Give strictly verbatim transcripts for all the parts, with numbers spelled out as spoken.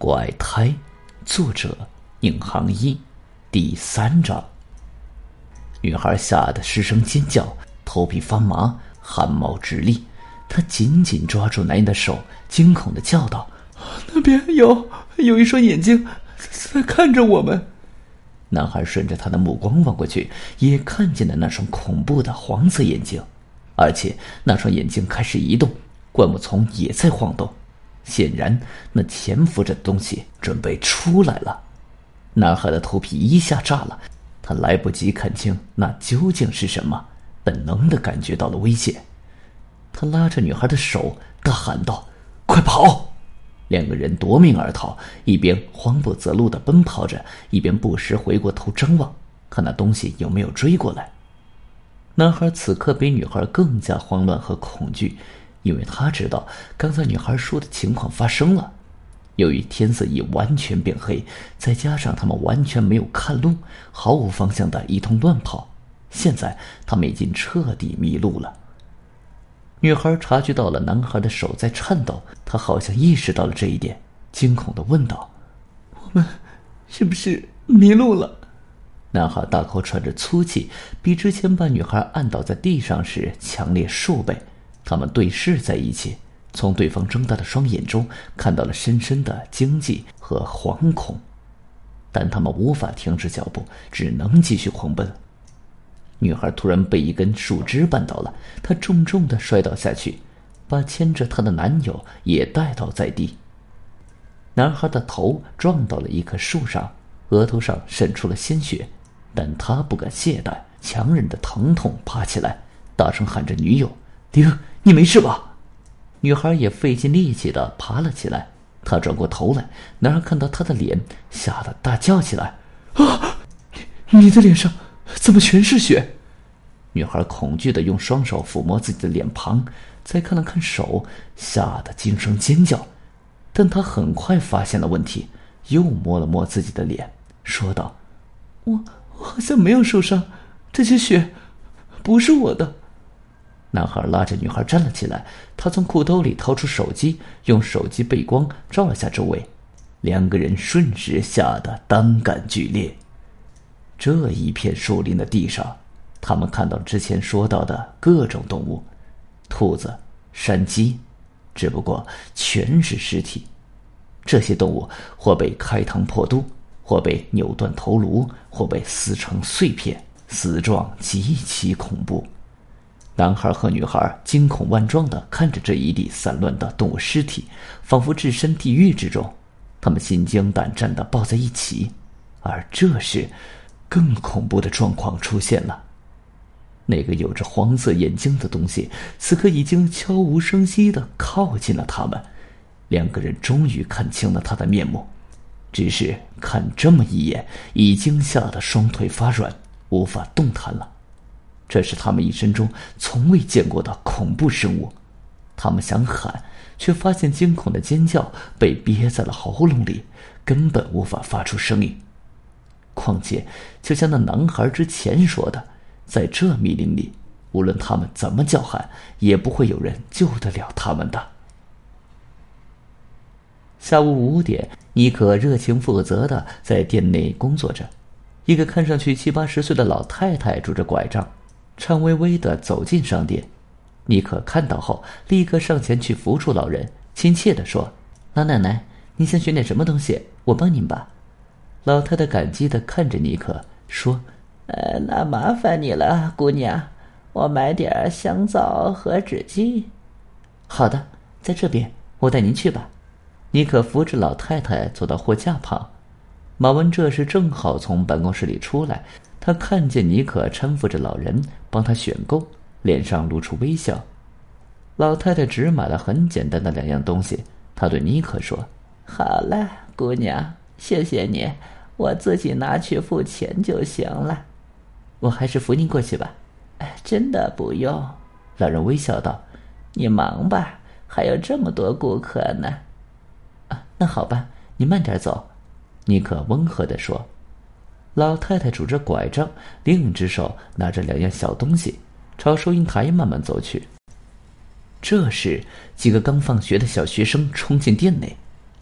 怪胎，作者宁杭一，第三章。女孩吓得失声尖叫，头皮发麻，汗毛直立。她紧紧抓住男人的手，惊恐地叫道：那边有有一双眼睛在看着我们。男孩顺着他的目光望过去，也看见了那双恐怖的黄色眼睛，而且那双眼睛开始移动，灌木丛也在晃动，显然那潜伏着的东西准备出来了。男孩的头皮一下炸了，他来不及看清那究竟是什么，本能地感觉到了危险。他拉着女孩的手，大喊道：快跑！两个人夺命而逃，一边慌不择路地奔跑着，一边不时回过头张望，看那东西有没有追过来。男孩此刻比女孩更加慌乱和恐惧，因为他知道刚才女孩说的情况发生了。由于天色已完全变黑，再加上他们完全没有看路，毫无方向的一通乱跑，现在他们已经彻底迷路了。女孩察觉到了男孩的手在颤抖，她好像意识到了这一点，惊恐地问道：我们是不是迷路了？男孩大口喘着粗气，比之前把女孩按倒在地上时强烈数倍。他们对视在一起，从对方睁大的双眼中看到了深深的惊悸和惶恐，但他们无法停止脚步，只能继续狂奔。女孩突然被一根树枝绊倒了，她重重地摔倒下去，把牵着她的男友也带倒在地。男孩的头撞到了一棵树上，额头上渗出了鲜血，但他不敢懈怠，强忍着疼痛爬起来，大声喊着女友：玲，你没事吧？女孩也费尽力气地爬了起来，她转过头来，男孩看到她的脸，吓得大叫起来：啊，你你的脸上怎么全是血？女孩恐惧地用双手抚摸自己的脸庞，再看了看手，吓得惊声尖叫。但她很快发现了问题，又摸了摸自己的脸，说道：我我好像没有受伤，这些血不是我的。男孩拉着女孩站了起来，他从裤兜里掏出手机，用手机背光照了下周围，两个人瞬时吓得胆感剧烈。这一片树林的地上，他们看到之前说到的各种动物，兔子、山鸡，只不过全是尸体。这些动物或被开膛破肚，或被扭断头颅，或被撕成碎片，死状极其恐怖。男孩和女孩惊恐万状地看着这一地散乱的动物尸体，仿佛置身地狱之中，他们心惊胆战地抱在一起。而这时更恐怖的状况出现了，那个有着黄色眼睛的东西此刻已经悄无声息地靠近了他们。两个人终于看清了他的面目，只是看这么一眼，已经吓得双腿发软，无法动弹了。这是他们一生中从未见过的恐怖生物，他们想喊，却发现惊恐的尖叫被憋在了喉咙里，根本无法发出声音。况且就像那男孩之前说的，在这密林里，无论他们怎么叫喊，也不会有人救得了他们的。下午五点，妮可热情负责地在店内工作着。一个看上去七八十岁的老太太拄着拐杖，颤巍巍地走进商店。妮可看到后，立刻上前去扶住老人，亲切地说：老奶奶，您想选点什么东西，我帮您吧。老太太感激地看着妮可，说： 呃，那麻烦你了，姑娘，我买点香皂和纸巾。 好的，在这边，我带您去吧。妮可扶着老太太走到货架旁。马文这时正好从办公室里出来，他看见妮可搀扶着老人帮他选购，脸上露出微笑。老太太只买了很简单的两样东西，她对妮可说： 好了，姑娘，谢谢你，我自己拿去付钱就行了。 我还是扶您过去吧。 哎，真的不用。 老人微笑道： 你忙吧，还有这么多顾客呢。 啊，那好吧，你慢点走。妮可温和地说。老太太拄着拐杖，另一只手拿着两样小东西，朝收银台慢慢走去。这时，几个刚放学的小学生冲进店内，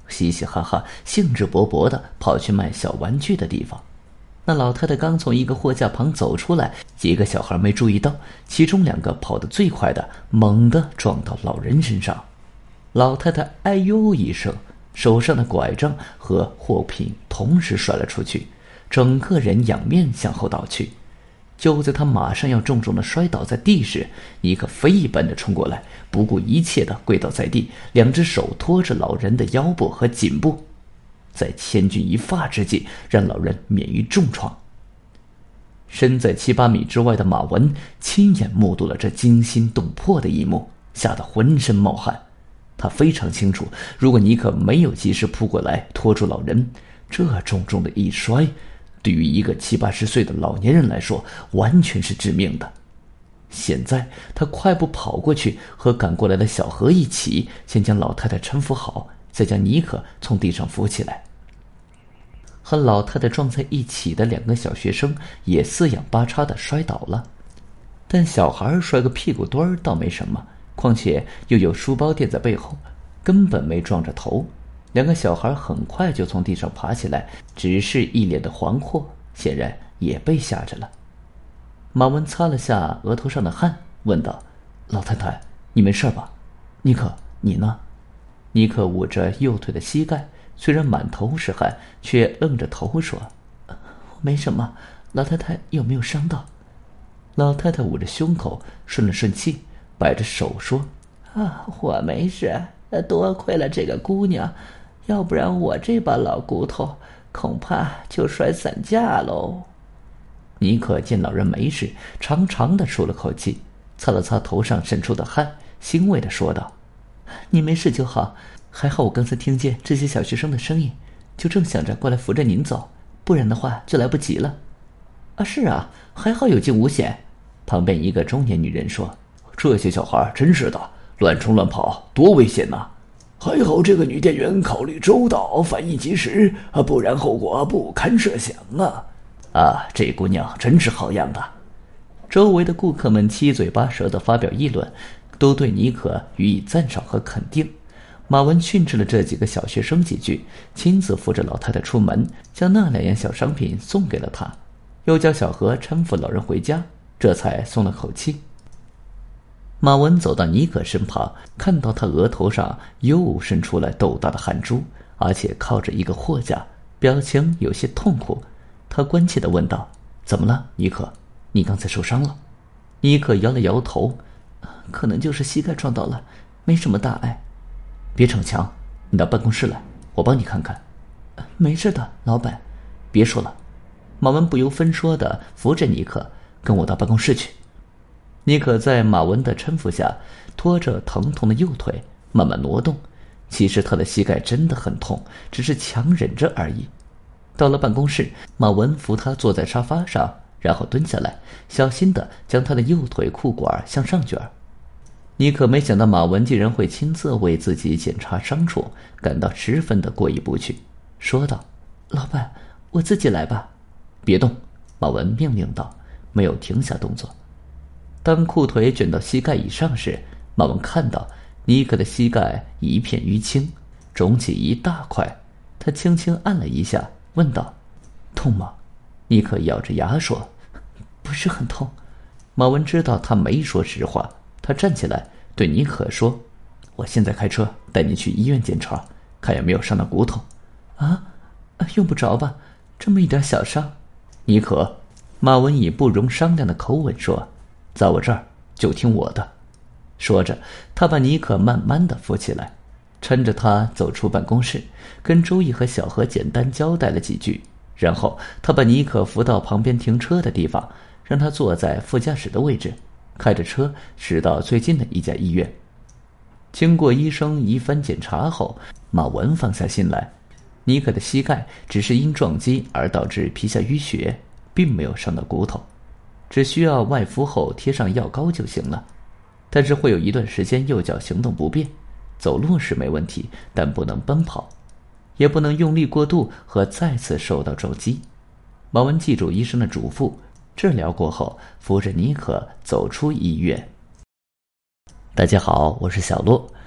嘻嘻哈哈，兴致勃勃地跑去卖小玩具的地方。那老太太刚从一个货架旁走出来，几个小孩没注意到，其中两个跑得最快的猛地撞到老人身上。老太太哎呦一声，手上的拐杖和货品同时甩了出去，整个人仰面向后倒去。就在他马上要重重地摔倒在地时，尼克飞一般地冲过来，不顾一切地跪倒在地，两只手托着老人的腰部和颈部，在千钧一发之际让老人免于重创。身在七八米之外的马文亲眼目睹了这惊心动魄的一幕，吓得浑身冒汗。他非常清楚，如果尼克没有及时扑过来拖住老人，这重重的一摔对于一个七八十岁的老年人来说完全是致命的。现在他快步跑过去，和赶过来的小何一起，先将老太太搀扶好，再将尼克从地上扶起来。和老太太撞在一起的两个小学生也四仰八叉地摔倒了，但小孩摔个屁股墩儿倒没什么，况且又有书包垫在背后，根本没撞着头。两个小孩很快就从地上爬起来，只是一脸的惶惑，显然也被吓着了。马文擦了下额头上的汗，问道：老太太，你没事吧？尼克，你呢？尼克捂着右腿的膝盖，虽然满头是汗，却愣着头说：我没什么，老太太有没有伤到？老太太捂着胸口，顺了顺气，摆着手说： 啊，我没事，多亏了这个姑娘，要不然我这把老骨头恐怕就摔散架喽。 尼克见老人没事，长长的舒了口气，擦了擦头上渗出的汗，欣慰地说道： 你没事就好，还好我刚才听见这些小学生的声音，就正想着过来扶着您走，不然的话就来不及了。 啊，是啊，还好有惊无险。旁边一个中年女人说：这些小孩真是的，乱冲乱跑多危险呐！还好这个女店员考虑周到，反应及时，不然后果不堪设想啊！啊，这姑娘真是好样的！周围的顾客们七嘴八舌地发表议论，都对尼克予以赞赏和肯定。马文训斥了这几个小学生几句，亲自扶着老太太出门，将那两样小商品送给了她，又叫小何搀扶老人回家，这才松了口气。马文走到尼克身旁，看到他额头上又渗出来豆大的汗珠，而且靠着一个货架，表情有些痛苦。他关切地问道：怎么了，尼克？你刚才受伤了？尼克摇了摇头： 可能就是膝盖撞到了，没什么大碍。 别逞强，你到办公室来，我帮你看看。 没事的，老板。 别说了。马文不由分说地扶着尼克，跟我到办公室去。尼克在马文的搀扶下，拖着疼痛的右腿慢慢挪动。其实他的膝盖真的很痛，只是强忍着而已。到了办公室，马文扶他坐在沙发上，然后蹲下来，小心地将他的右腿裤管向上卷。尼克没想到马文竟然会亲自为自己检查伤处，感到十分的过意不去，说道： 老板，我自己来吧。 别动，马文命令道，没有停下动作。当裤腿卷到膝盖以上时，马文看到尼克的膝盖一片淤青，肿起一大块。他轻轻按了一下，问道：痛吗？尼克咬着牙说： 不是很痛。 马文知道他没说实话，他站起来对尼克说：我现在开车带你去医院检查，看有没有伤到骨头。 啊，用不着吧，这么一点小伤。 尼克，马文以不容商量的口吻说：在我这儿就听我的。说着，他把尼克慢慢地扶起来，搀着他走出办公室，跟周易和小何简单交代了几句，然后他把尼克扶到旁边停车的地方，让他坐在副驾驶的位置，开着车驶到最近的一家医院。经过医生一番检查后，马文放下心来，尼克的膝盖只是因撞击而导致皮下淤血，并没有伤到骨头，只需要外敷后贴上药膏就行了。但是会有一段时间右脚行动不便，走路是没问题，但不能奔跑，也不能用力过度和再次受到撞击。马文记住医生的嘱咐，治疗过后扶着尼克走出医院。大家好，我是小洛。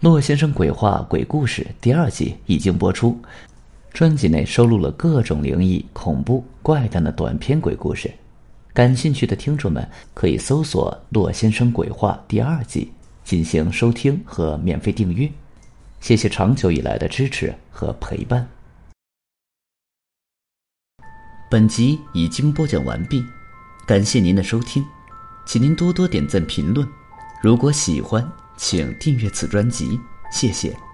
骆先生鬼话鬼故事第二季已经播出，专辑内收录了各种灵异、恐怖、怪诞的短篇鬼故事。感兴趣的听众们可以搜索骆先生鬼话第二季进行收听和免费订阅。谢谢长久以来的支持和陪伴。本集已经播讲完毕，感谢您的收听，请您多多点赞评论。如果喜欢，请订阅此专辑，谢谢。